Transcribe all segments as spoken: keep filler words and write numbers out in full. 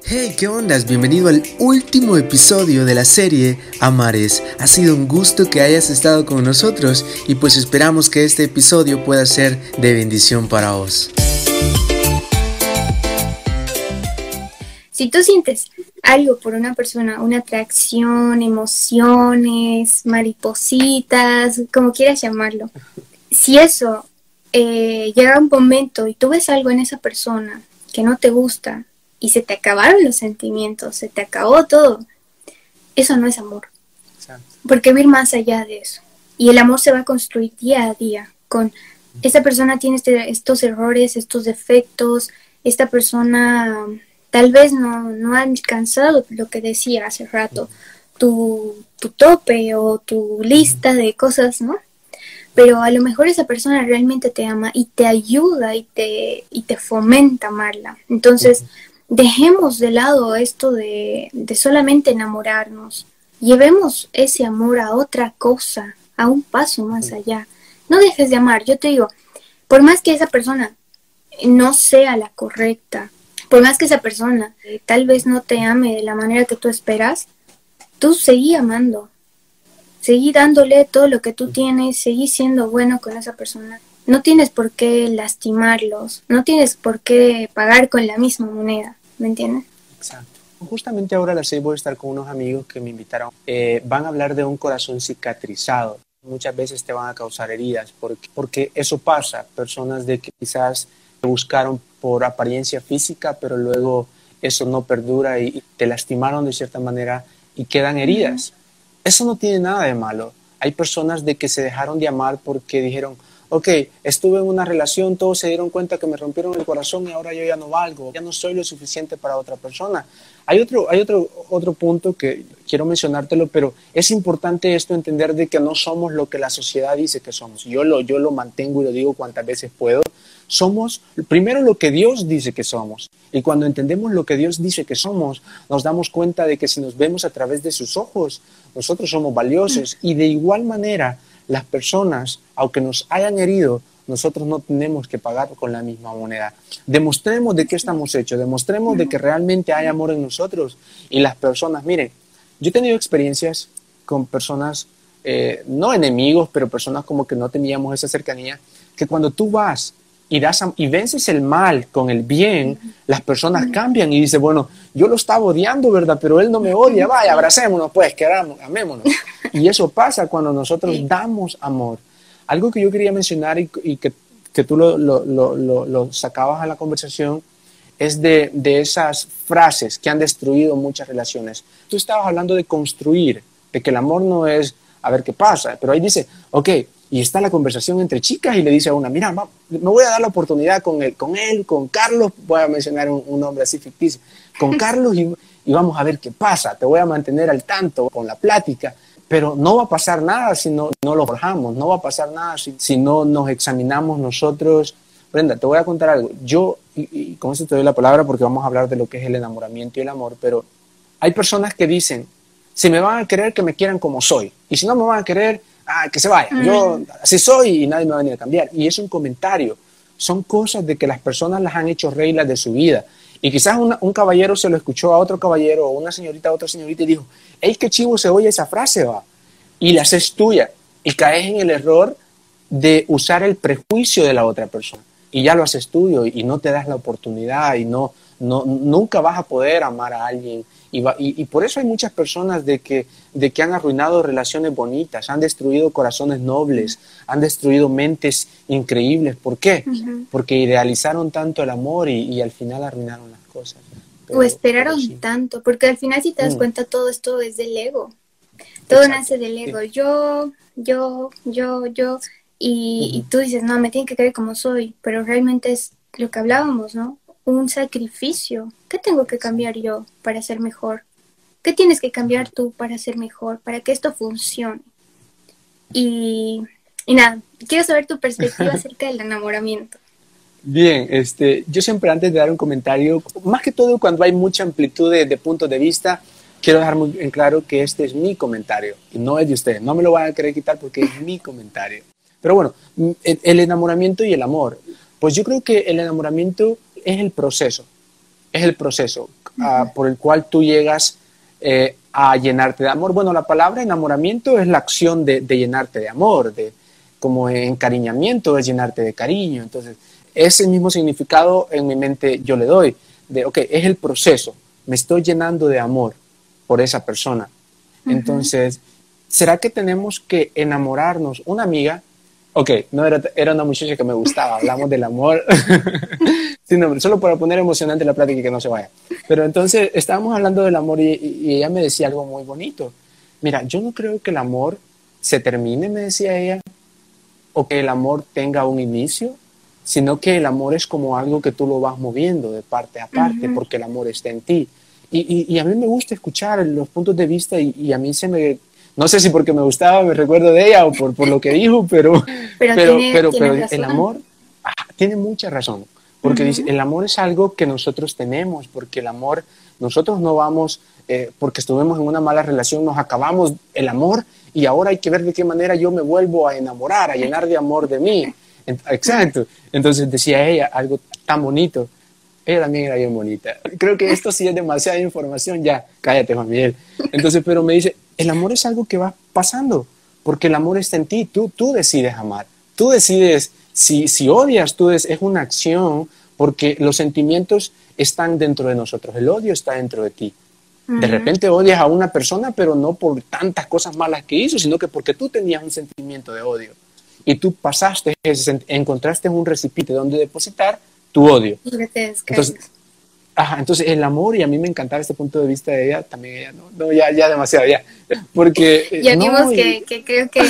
Hey, ¿qué ondas? Bienvenido al último episodio de la serie Amares. Ha sido un gusto que hayas estado con nosotros y pues esperamos que este episodio pueda ser de bendición para vos. Si tú sientes algo por una persona, una atracción, emociones, maripositas, como quieras llamarlo, si eso eh, llega a un momento y tú ves algo en esa persona que no te gusta y se te acabaron los sentimientos, se te acabó todo, eso no es amor. Exacto. Porque va a ir más allá de eso. Y el amor se va a construir día a día con esta persona tiene este, estos errores, estos defectos, esta persona tal vez no, no ha alcanzado lo que decía hace rato, tu, tu tope o tu lista de cosas, ¿no? Pero a lo mejor esa persona realmente te ama y te ayuda y te, y te fomenta amarla. Entonces, dejemos de lado esto de, de solamente enamorarnos. Llevemos ese amor a otra cosa, a un paso más allá. No dejes de amar. Yo te digo, por más que esa persona no sea la correcta, por más que esa persona eh, tal vez no te ame de la manera que tú esperas, tú seguí amando. Seguí dándole todo lo que tú tienes, seguí siendo bueno con esa persona. No tienes por qué lastimarlos, no tienes por qué pagar con la misma moneda, ¿me entiendes? Exacto. Justamente ahora a las seis voy a estar con unos amigos que me invitaron. Eh, van a hablar de un corazón cicatrizado. Muchas veces te van a causar heridas, porque, porque eso pasa. Personas de que quizás te buscaron por apariencia física, pero luego eso no perdura y, y te lastimaron de cierta manera y quedan heridas. Uh-huh. Eso no tiene nada de malo. Hay personas de que se dejaron de amar porque dijeron, ok, estuve en una relación, todos se dieron cuenta que me rompieron el corazón y ahora yo ya no valgo, ya no soy lo suficiente para otra persona. Hay otro, hay otro, otro punto que quiero mencionártelo, pero es importante esto entender de que no somos lo que la sociedad dice que somos. Yo lo, yo lo mantengo y lo digo cuantas veces puedo. Somos primero lo que Dios dice que somos. Y cuando entendemos lo que Dios dice que somos, nos damos cuenta de que si nos vemos a través de sus ojos, nosotros somos valiosos. Y de igual manera, las personas, aunque nos hayan herido, nosotros no tenemos que pagar con la misma moneda. Demostremos de qué estamos hechos, demostremos de que realmente hay amor en nosotros. Y las personas, miren, yo he tenido experiencias con personas, eh, no enemigos, pero personas como que no teníamos esa cercanía, que cuando tú vas y, das a, y vences el mal con el bien, las personas cambian y dicen, bueno, yo lo estaba odiando, ¿verdad? Pero él no me odia, vaya, abracémonos pues, queramos, amémonos. Y eso pasa cuando nosotros damos amor. Algo que yo quería mencionar y, y que, que tú lo, lo, lo, lo, lo sacabas a la conversación es de, de esas frases que han destruido muchas relaciones. Tú estabas hablando de construir, de que el amor no es a ver qué pasa, pero ahí dice, ok, y está la conversación entre chicas y le dice a una, mira, va, me voy a dar la oportunidad con él, con él, con Carlos, voy a mencionar un, un nombre así ficticio, con Carlos y, y vamos a ver qué pasa, te voy a mantener al tanto con la plática. Pero no va a pasar nada si no, no lo forjamos, no va a pasar nada si, si no nos examinamos nosotros. Brenda, te voy a contar algo. Yo, y, y con eso te doy la palabra porque vamos a hablar de lo que es el enamoramiento y el amor, pero hay personas que dicen, si me van a querer, que me quieran como soy. Y si no me van a querer, ah, que se vayan. Mm. Yo así soy y nadie me va a venir a cambiar. Y es un comentario. Son cosas de que las personas las han hecho reglas de su vida. Y quizás una, un caballero se lo escuchó a otro caballero o una señorita a otra señorita y dijo, ¡ey, qué chivo se oye esa frase, va! Y la haces tuya. Y caes en el error de usar el prejuicio de la otra persona. Y ya lo haces tuyo y no te das la oportunidad y no, no, nunca vas a poder amar a alguien. Y, va, y, y por eso hay muchas personas de que, de que han arruinado relaciones bonitas, han destruido corazones nobles, han destruido mentes increíbles. ¿Por qué? Uh-huh. Porque idealizaron tanto el amor y, y al final arruinaron las cosas. Pero, o esperaron sí. tanto, porque al final si te das mm. cuenta todo esto es del ego. Todo Exacto. nace del ego. Sí. Yo, yo, yo, yo. Y, uh-huh. y tú dices, no, me tienen que querer como soy. Pero realmente es lo que hablábamos, ¿no? Un sacrificio. ¿Qué tengo que cambiar yo para ser mejor? ¿Qué tienes que cambiar tú para ser mejor? Para que esto funcione. Y, y nada, quiero saber tu perspectiva acerca del enamoramiento. Bien, este, yo siempre antes de dar un comentario, más que todo cuando hay mucha amplitud de, de puntos de vista, quiero dejar muy en claro que este es mi comentario y no es de ustedes. No me lo van a querer quitar porque es mi comentario. Pero bueno, el, el enamoramiento y el amor. Pues yo creo que el enamoramiento es el proceso. Es el proceso. a, por el cual tú llegas eh, a llenarte de amor. Bueno, la palabra enamoramiento es la acción de, de llenarte de amor, de, como encariñamiento es llenarte de cariño. Entonces, ese mismo significado en mi mente yo le doy, de, ok, es el proceso, me estoy llenando de amor por esa persona. Uh-huh. Entonces, ¿será que tenemos que enamorarnos? Una amiga, ok, no era, era una muchacha que me gustaba, hablamos del amor, sí, no, solo para poner emocionante la plática y que no se vaya. Pero entonces estábamos hablando del amor y, y ella me decía algo muy bonito. Mira, yo no creo que el amor se termine, me decía ella, o que el amor tenga un inicio, sino que el amor es como algo que tú lo vas moviendo de parte a parte, uh-huh. porque el amor está en ti. Y, y, y a mí me gusta escuchar los puntos de vista y, y a mí se me... No sé si porque me gustaba, me recuerdo de ella o por, por lo que dijo, pero, pero, pero, tiene, pero, tiene pero el amor ah, tiene mucha razón, porque uh-huh. dice, el amor es algo que nosotros tenemos, porque el amor, nosotros no vamos, eh, porque estuvimos en una mala relación, nos acabamos el amor y ahora hay que ver de qué manera yo me vuelvo a enamorar, a llenar de amor de mí. Exacto. Entonces decía ella algo tan bonito. Ella también era bien bonita. Creo que esto sí es demasiada información. Ya, cállate, Juan Miguel. Entonces, pero me dice, el amor es algo que va pasando, porque el amor está en ti. Tú, tú decides amar. Tú decides, si, si odias, tú es, es una acción, porque los sentimientos están dentro de nosotros. El odio está dentro de ti. Uh-huh. De repente odias a una persona, pero no por tantas cosas malas que hizo, sino que porque tú tenías un sentimiento de odio. Y tú pasaste, encontraste un recipiente donde depositar tu odio. Entonces, ajá, entonces el amor, y a mí me encantaba este punto de vista de ella, también ella, no, no ya, ya demasiado, ya. Porque, ya no, vimos y, que, que creo que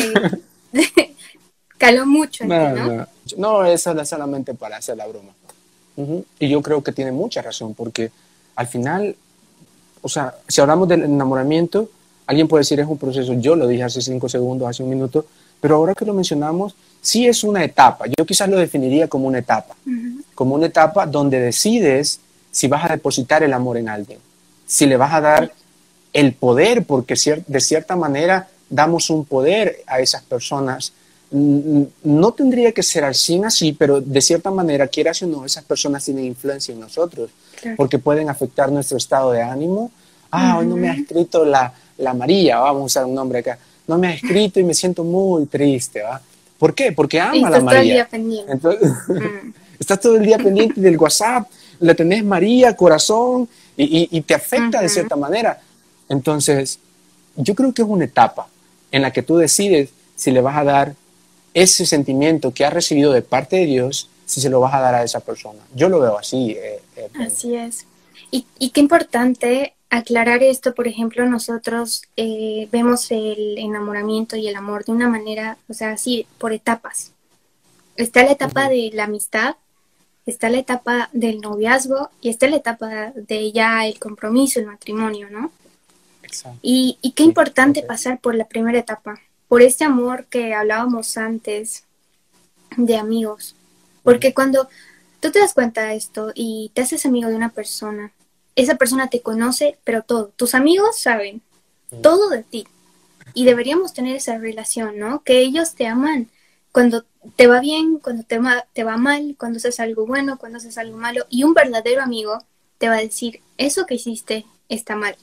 caló mucho en no, ti, ¿no? No, no, eso es solamente para hacer la broma. Uh-huh. Y yo creo que tiene mucha razón, porque al final, o sea, si hablamos del enamoramiento, alguien puede decir es un proceso, yo lo dije hace cinco segundos, hace un minuto, pero ahora que lo mencionamos, sí es una etapa. Yo quizás lo definiría como una etapa. Uh-huh. Como una etapa donde decides si vas a depositar el amor en alguien. Si le vas a dar el poder, porque de cierta manera damos un poder a esas personas. No tendría que ser al cien así, pero de cierta manera, quieras o no, esas personas tienen influencia en nosotros. Claro. Porque pueden afectar nuestro estado de ánimo. Ah, uh-huh. Hoy no me ha escrito la, la María, vamos a usar un nombre acá. No me ha escrito y me siento muy triste, ¿va? ¿Por qué? Porque ama a la María. Estás todo el día pendiente. Entonces, mm. Estás todo el día pendiente del WhatsApp, le tenés María, corazón, y, y, y te afecta uh-huh. de cierta manera. Entonces, yo creo que es una etapa en la que tú decides si le vas a dar ese sentimiento que has recibido de parte de Dios, si se lo vas a dar a esa persona. Yo lo veo así. Eh, eh, así es. Y, y qué importante aclarar esto. Por ejemplo, nosotros eh, vemos el enamoramiento y el amor de una manera, o sea, así, por etapas. Está la etapa uh-huh. de la amistad, está la etapa del noviazgo y está la etapa de ya el compromiso, el matrimonio, ¿no? Exacto. Y, y qué sí, importante okay. pasar por la primera etapa, por este amor que hablábamos antes de amigos. Porque uh-huh. cuando tú te das cuenta de esto y te haces amigo de una persona, esa persona te conoce, pero todo. Tus amigos saben uh-huh. todo de ti. Y deberíamos tener esa relación, ¿no? Que ellos te aman cuando te va bien, cuando te, ma- te va mal, cuando haces algo bueno, cuando haces algo malo. Y un verdadero amigo te va a decir, eso que hiciste está mal.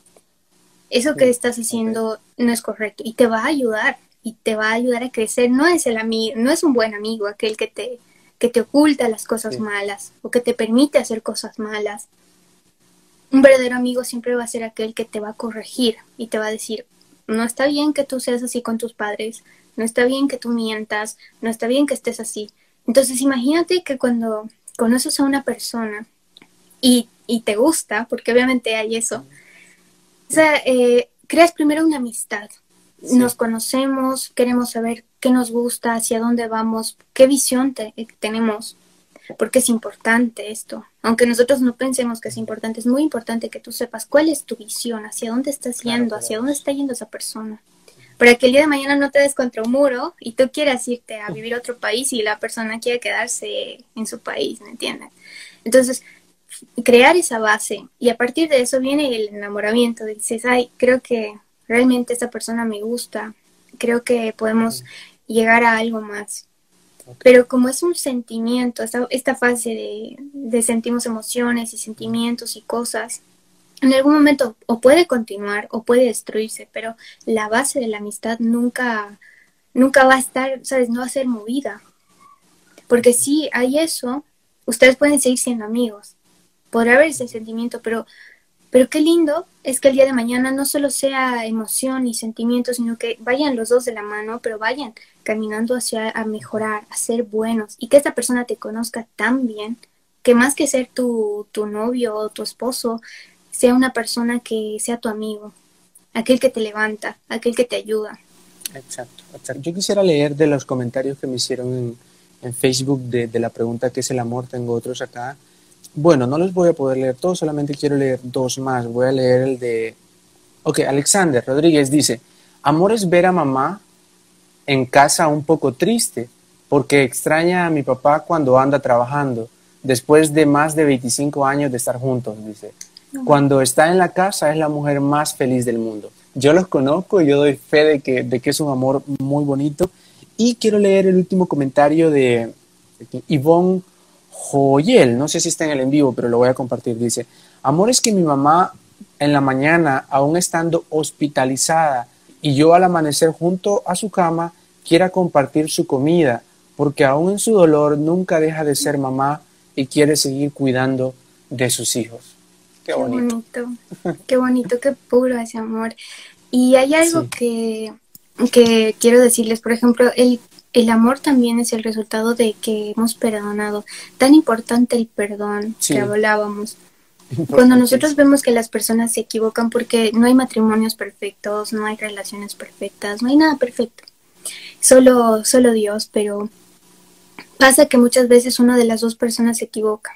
Eso que estás haciendo no es correcto. Y te va a ayudar. Y te va a ayudar a crecer. No es el amigo, no es un buen amigo aquel que te, que te oculta las cosas sí. malas o que te permite hacer cosas malas. Un verdadero amigo siempre va a ser aquel que te va a corregir y te va a decir, no está bien que tú seas así con tus padres, no está bien que tú mientas, no está bien que estés así. Entonces imagínate que cuando conoces a una persona y, y te gusta, porque obviamente hay eso, o sea, eh, creas primero una amistad. Sí. Nos conocemos, queremos saber qué nos gusta, hacia dónde vamos, qué visión te, eh, tenemos, porque es importante esto. Aunque nosotros no pensemos que es importante, es muy importante que tú sepas cuál es tu visión, hacia dónde estás yendo, claro, hacia dónde está yendo esa persona. Para que el día de mañana no te des contra un muro y tú quieras irte a vivir a otro país y la persona quiere quedarse en su país, ¿me entiendes? Entonces, crear esa base y a partir de eso viene el enamoramiento. Dices, ay, creo que realmente esta persona me gusta, creo que podemos llegar a algo más. Okay. Pero como es un sentimiento, esta, esta fase de, de sentimos emociones y sentimientos y cosas, en algún momento o puede continuar o puede destruirse, pero la base de la amistad nunca, nunca va a estar, ¿sabes? No va a ser movida. Porque si hay eso, ustedes pueden seguir siendo amigos. Podrá haber ese sentimiento, pero, pero qué lindo es que el día de mañana no solo sea emoción y sentimiento, sino que vayan los dos de la mano, pero vayan caminando hacia a mejorar, a ser buenos. Y que esta persona te conozca tan bien, que más que ser tu, tu novio o tu esposo, sea una persona que sea tu amigo, aquel que te levanta, aquel que te ayuda. Exacto, exacto. Yo quisiera leer de los comentarios que me hicieron en, en Facebook de, de la pregunta ¿qué es el amor? Tengo otros acá. Bueno, no los voy a poder leer todos, solamente quiero leer dos más. Voy a leer el de... Ok, Alexander Rodríguez dice, amor es ver a mamá en casa un poco triste, porque extraña a mi papá cuando anda trabajando, después de más de veinticinco años de estar juntos, dice. Cuando está en la casa es la mujer más feliz del mundo. Yo los conozco y yo doy fe de que, de que es un amor muy bonito. Y quiero leer el último comentario de Ivonne Joyel, no sé si está en el en vivo, pero lo voy a compartir. Dice, amor es que mi mamá en la mañana, aún estando hospitalizada, y yo al amanecer junto a su cama, quiera compartir su comida, porque aún en su dolor nunca deja de ser mamá y quiere seguir cuidando de sus hijos. Qué bonito. Qué bonito, qué bonito, qué puro ese amor. Y hay algo Sí. que, que quiero decirles, por ejemplo, el, el amor también es el resultado de que hemos perdonado. Tan importante el perdón Sí. que hablábamos. Cuando nosotros vemos que las personas se equivocan, porque no hay matrimonios perfectos, no hay relaciones perfectas, no hay nada perfecto. Solo, solo Dios, pero pasa que muchas veces una de las dos personas se equivoca.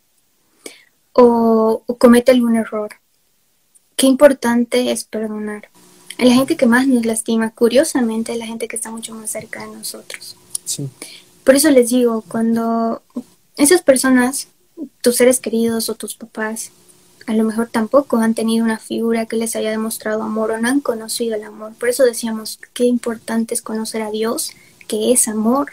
O, o comete algún error. Qué importante es perdonar. A la gente que más nos lastima, curiosamente, es la gente que está mucho más cerca de nosotros. Sí. Por eso les digo, cuando esas personas, tus seres queridos o tus papás, a lo mejor tampoco han tenido una figura que les haya demostrado amor o no han conocido el amor. Por eso decíamos, qué importante es conocer a Dios, que es amor,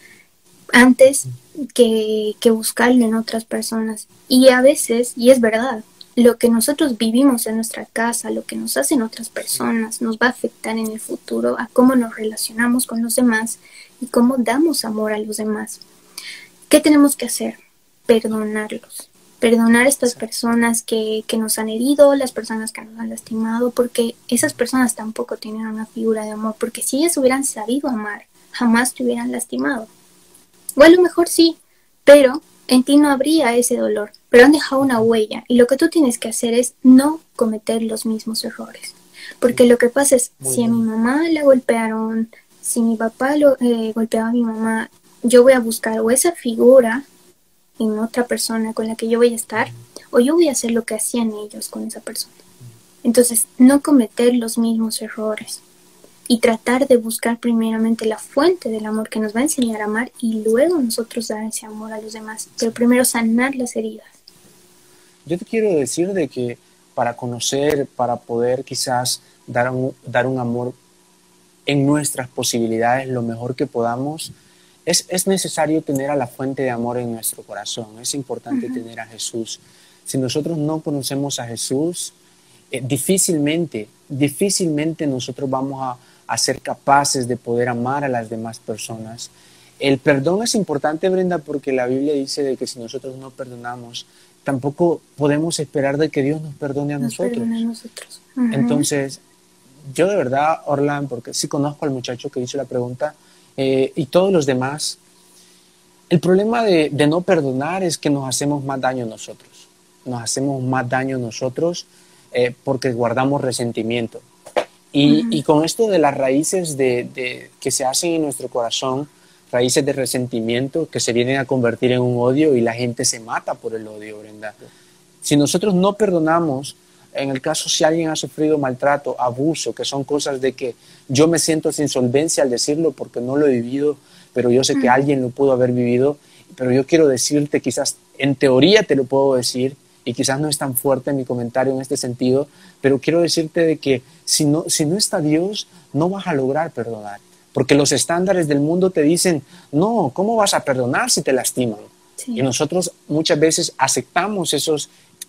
antes que, que buscarlo en otras personas. Y a veces, y es verdad, lo que nosotros vivimos en nuestra casa, lo que nos hacen otras personas, nos va a afectar en el futuro a cómo nos relacionamos con los demás y cómo damos amor a los demás. ¿Qué tenemos que hacer? Perdonarlos. Perdonar a estas personas que, que nos han herido, las personas que nos han lastimado, porque esas personas tampoco tienen una figura de amor, porque si ellas hubieran sabido amar, jamás te hubieran lastimado. O a lo mejor sí, pero en ti no habría ese dolor, pero han dejado una huella y lo que tú tienes que hacer es no cometer los mismos errores. Porque lo que pasa es, Muy si a bien. mi mamá la golpearon, si mi papá lo eh, golpeaba a mi mamá, yo voy a buscar o esa figura en otra persona con la que yo voy a estar, o yo voy a hacer lo que hacían ellos con esa persona. Entonces, no cometer los mismos errores. Y tratar de buscar primeramente la fuente del amor que nos va a enseñar a amar y luego nosotros dar ese amor a los demás. Pero primero sanar las heridas. Yo te quiero decir de que para conocer, para poder quizás dar un, dar un amor en nuestras posibilidades, lo mejor que podamos, es, es necesario tener a la fuente de amor en nuestro corazón. Es importante uh-huh. tener a Jesús. Si nosotros no conocemos a Jesús, eh, difícilmente, difícilmente nosotros vamos a a ser capaces de poder amar a las demás personas. El perdón es importante, Brenda, porque la Biblia dice de que si nosotros no perdonamos, tampoco podemos esperar de que Dios nos perdone a nos nosotros. Perdone a nosotros. Uh-huh. Entonces, yo de verdad, Orlan, porque sí conozco al muchacho que hizo la pregunta, eh, y todos los demás, el problema de, de no perdonar es que nos hacemos más daño nosotros. Nos hacemos más daño nosotros eh, porque guardamos resentimiento. Y, uh-huh. y con esto de las raíces de, de, que se hacen en nuestro corazón, raíces de resentimiento que se vienen a convertir en un odio y la gente se mata por el odio, Brenda. Si nosotros no perdonamos, en el caso si alguien ha sufrido maltrato, abuso, que son cosas de que yo me siento sin solvencia al decirlo porque no lo he vivido, pero yo sé uh-huh. que alguien lo pudo haber vivido, pero yo quiero decirte, quizás en teoría te lo puedo decir, y quizás no es tan fuerte mi comentario en este sentido, pero quiero decirte de que si no, si no está Dios, no vas a lograr perdonar. Porque los estándares del mundo te dicen, no, ¿cómo vas a perdonar si te lastiman? Sí. Y nosotros muchas veces aceptamos esos,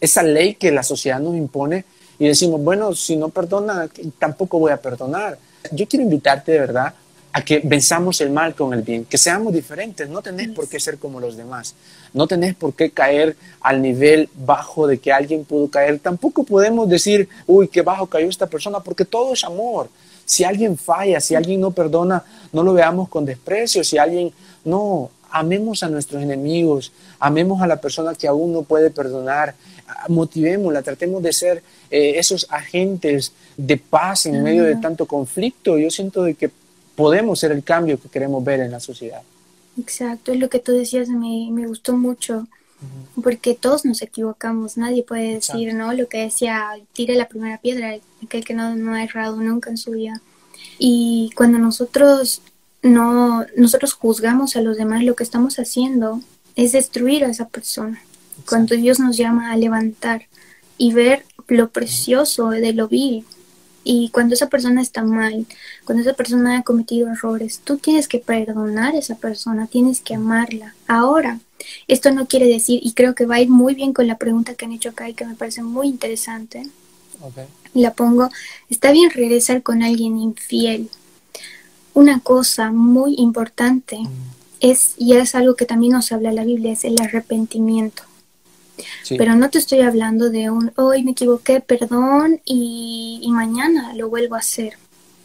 esa ley que la sociedad nos impone y decimos, bueno, si no perdona, tampoco voy a perdonar. Yo quiero invitarte de verdad a que venzamos el mal con el bien, que seamos diferentes. No tenés por qué ser como los demás, no tenés por qué caer al nivel bajo de que alguien pudo caer. Tampoco podemos decir, uy, qué bajo cayó esta persona, porque todo es amor. Si alguien falla, si alguien no perdona, no lo veamos con desprecio. Si alguien, no, amemos a nuestros enemigos, amemos a la persona que aún no puede perdonar, motivémosla, tratemos de ser eh, esos agentes de paz en medio de tanto conflicto. Yo siento de que podemos ser el cambio que queremos ver en la sociedad. Exacto, es lo que tú decías, me, me gustó mucho, uh-huh. porque todos nos equivocamos, nadie puede decir, Exacto. ¿no? Lo que decía, tire la primera piedra, aquel que no, no ha errado nunca en su vida. Y cuando nosotros no nosotros juzgamos a los demás, lo que estamos haciendo es destruir a esa persona. Exacto. Cuando Dios nos llama a levantar y ver lo precioso de lo vil. Y cuando esa persona está mal, cuando esa persona ha cometido errores, tú tienes que perdonar a esa persona, tienes que amarla. Ahora, esto no quiere decir, y creo que va a ir muy bien con la pregunta que han hecho acá y que me parece muy interesante. Okay. La pongo, está bien regresar con alguien infiel. Una cosa muy importante mm. es, y es algo que también nos habla la Biblia, es el arrepentimiento. Sí. Pero no te estoy hablando de un, hoy me equivoqué, perdón, y, y mañana lo vuelvo a hacer.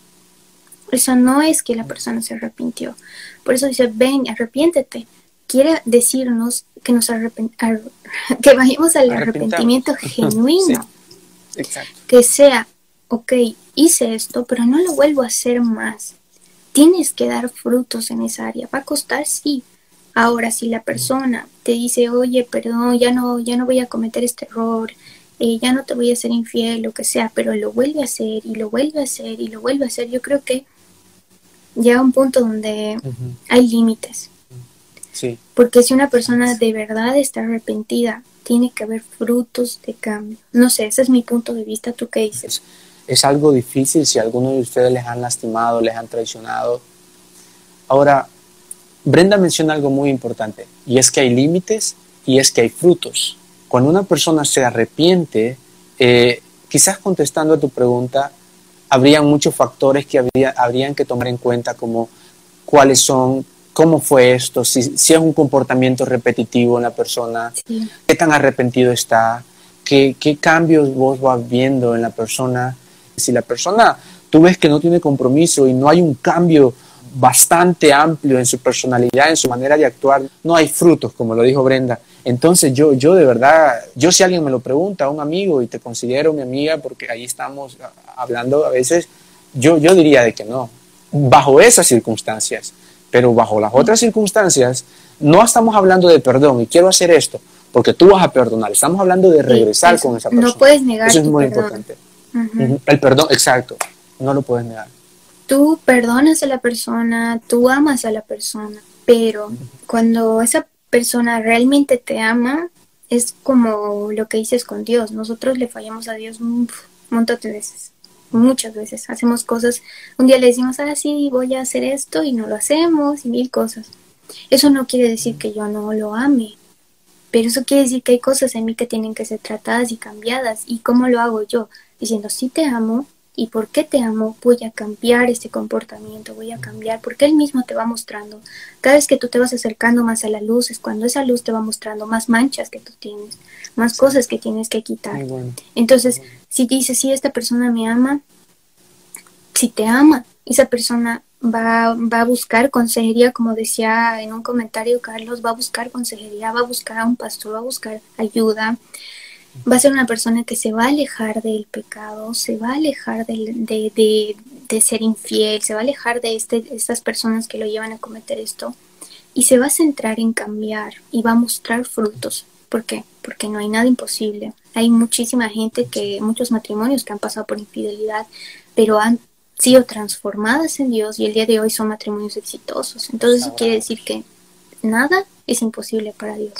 Eso no es que la persona se arrepintió. Por eso dice, ven, arrepiéntete. Quiere decirnos que nos arrepent- ar- que vayamos al arrepentimiento genuino. Sí. Exacto. Que sea, ok, hice esto, pero no lo vuelvo a hacer más. Tienes que dar frutos en esa área. Va a costar, sí. Ahora, si la persona te dice, oye, perdón, ya no, ya no voy a cometer este error, eh, ya no te voy a ser infiel, lo que sea, pero lo vuelve a hacer y lo vuelve a hacer y lo vuelve a hacer, yo creo que llega un punto donde uh-huh. hay límites. Sí. Porque si una persona de verdad está arrepentida, tiene que haber frutos de cambio. No sé, ese es mi punto de vista. ¿Tú qué dices? Es, es algo difícil si a alguno de ustedes les han lastimado, les han traicionado. Ahora, Brenda menciona algo muy importante, y es que hay límites y es que hay frutos. Cuando una persona se arrepiente, eh, quizás contestando a tu pregunta, habrían muchos factores que habría, habrían que tomar en cuenta, como cuáles son, cómo fue esto, si, si es un comportamiento repetitivo en la persona, sí. qué tan arrepentido está, qué, qué cambios vos vas viendo en la persona. Si la persona, tú ves que no tiene compromiso y no hay un cambio bastante amplio en su personalidad, en su manera de actuar, no hay frutos, como lo dijo Brenda. Entonces yo, yo de verdad, yo si alguien me lo pregunta, un amigo, y te considero mi amiga, porque ahí estamos hablando a veces, yo, yo diría de que no, bajo esas circunstancias, pero bajo las otras circunstancias, no estamos hablando de perdón, y quiero hacer esto, porque tú vas a perdonar, estamos hablando de regresar eso, con esa persona. No puedes negar Eso es tu muy perdón. importante. Uh-huh. El perdón, exacto, no lo puedes negar. Tú perdonas a la persona, tú amas a la persona, pero cuando esa persona realmente te ama, es como lo que dices con Dios. Nosotros le fallamos a Dios un montón de veces, muchas veces. Hacemos cosas, un día le decimos, ah, sí, voy a hacer esto, y no lo hacemos, y mil cosas. Eso no quiere decir que yo no lo ame, pero eso quiere decir que hay cosas en mí que tienen que ser tratadas y cambiadas. ¿Y cómo lo hago yo? Diciendo, sí te amo, ¿y por qué te amo? Voy a cambiar este comportamiento, voy a cambiar, porque Él mismo te va mostrando. Cada vez que tú te vas acercando más a la luz, es cuando esa luz te va mostrando más manchas que tú tienes, más sí. cosas que tienes que quitar. Bueno. Entonces, bueno. si dices, sí, esta persona me ama, si te ama, esa persona va, va a buscar consejería, como decía en un comentario Carlos, va a buscar consejería, va a buscar a un pastor, va a buscar ayuda. Va a ser una persona que se va a alejar del pecado, se va a alejar de, de, de, de ser infiel, se va a alejar de este, estas personas que lo llevan a cometer esto, y se va a centrar en cambiar y va a mostrar frutos. ¿Por qué? Porque no hay nada imposible. Hay muchísima gente, que muchos matrimonios que han pasado por infidelidad, pero han sido transformadas en Dios y el día de hoy son matrimonios exitosos. Entonces eso quiere decir que nada es imposible para Dios.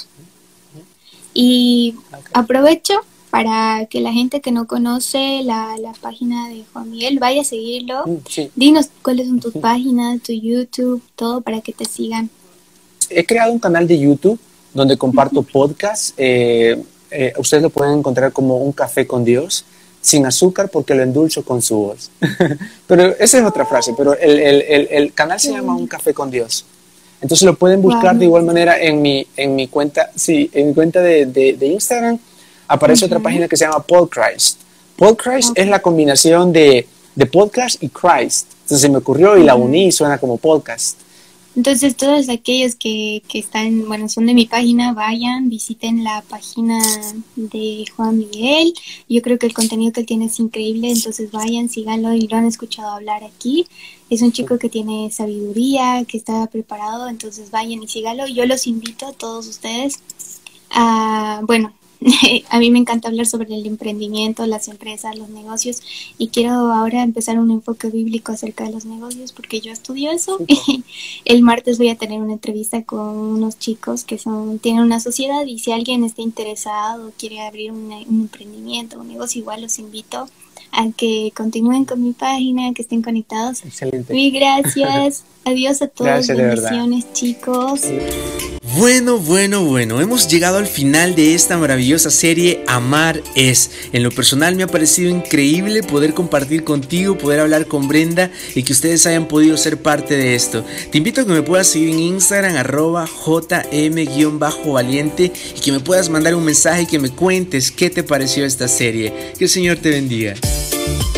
Y aprovecho para que la gente que no conoce la, la página de Juan Miguel vaya a seguirlo. Sí. Dinos cuáles son tus sí. páginas, tu YouTube, todo para que te sigan. He creado un canal de YouTube donde comparto podcasts. Eh, eh, ustedes lo pueden encontrar como Un Café con Dios, sin azúcar porque lo endulzo con su voz. Pero esa es otra frase, pero el, el, el, el canal se llama Un Café con Dios. Entonces lo pueden buscar wow. de igual manera en mi, en mi cuenta, sí, en mi cuenta de, de, de Instagram aparece uh-huh. otra página que se llama Podcast. Podcast okay. es la combinación de, de podcast y Christ. Entonces se me ocurrió y uh-huh. la uní y suena como podcast. Entonces todos aquellos que, que están, bueno, son de mi página, vayan, visiten la página de Juan Miguel. Yo creo que el contenido que él tiene es increíble, entonces vayan, síganlo y lo han escuchado hablar aquí. Es un chico que tiene sabiduría, que está preparado, entonces vayan y síganlo. Yo los invito a todos ustedes a, bueno, a mí me encanta hablar sobre el emprendimiento, las empresas, los negocios, y quiero ahora empezar un enfoque bíblico acerca de los negocios porque yo estudio eso. El martes voy a tener una entrevista con unos chicos que son tienen una sociedad y si alguien está interesado o quiere abrir un, un emprendimiento, un negocio, igual los invito a que continúen con mi página, que estén conectados. Excelente. Muy gracias. Adiós a todos. Gracias, bendiciones, chicos. Bueno, bueno, bueno, hemos llegado al final de esta maravillosa serie Amar es. En lo personal me ha parecido increíble poder compartir contigo, poder hablar con Brenda y que ustedes hayan podido ser parte de esto. Te invito a que me puedas seguir en Instagram, arroba jm-valiente, y que me puedas mandar un mensaje y que me cuentes qué te pareció esta serie. Que el Señor te bendiga.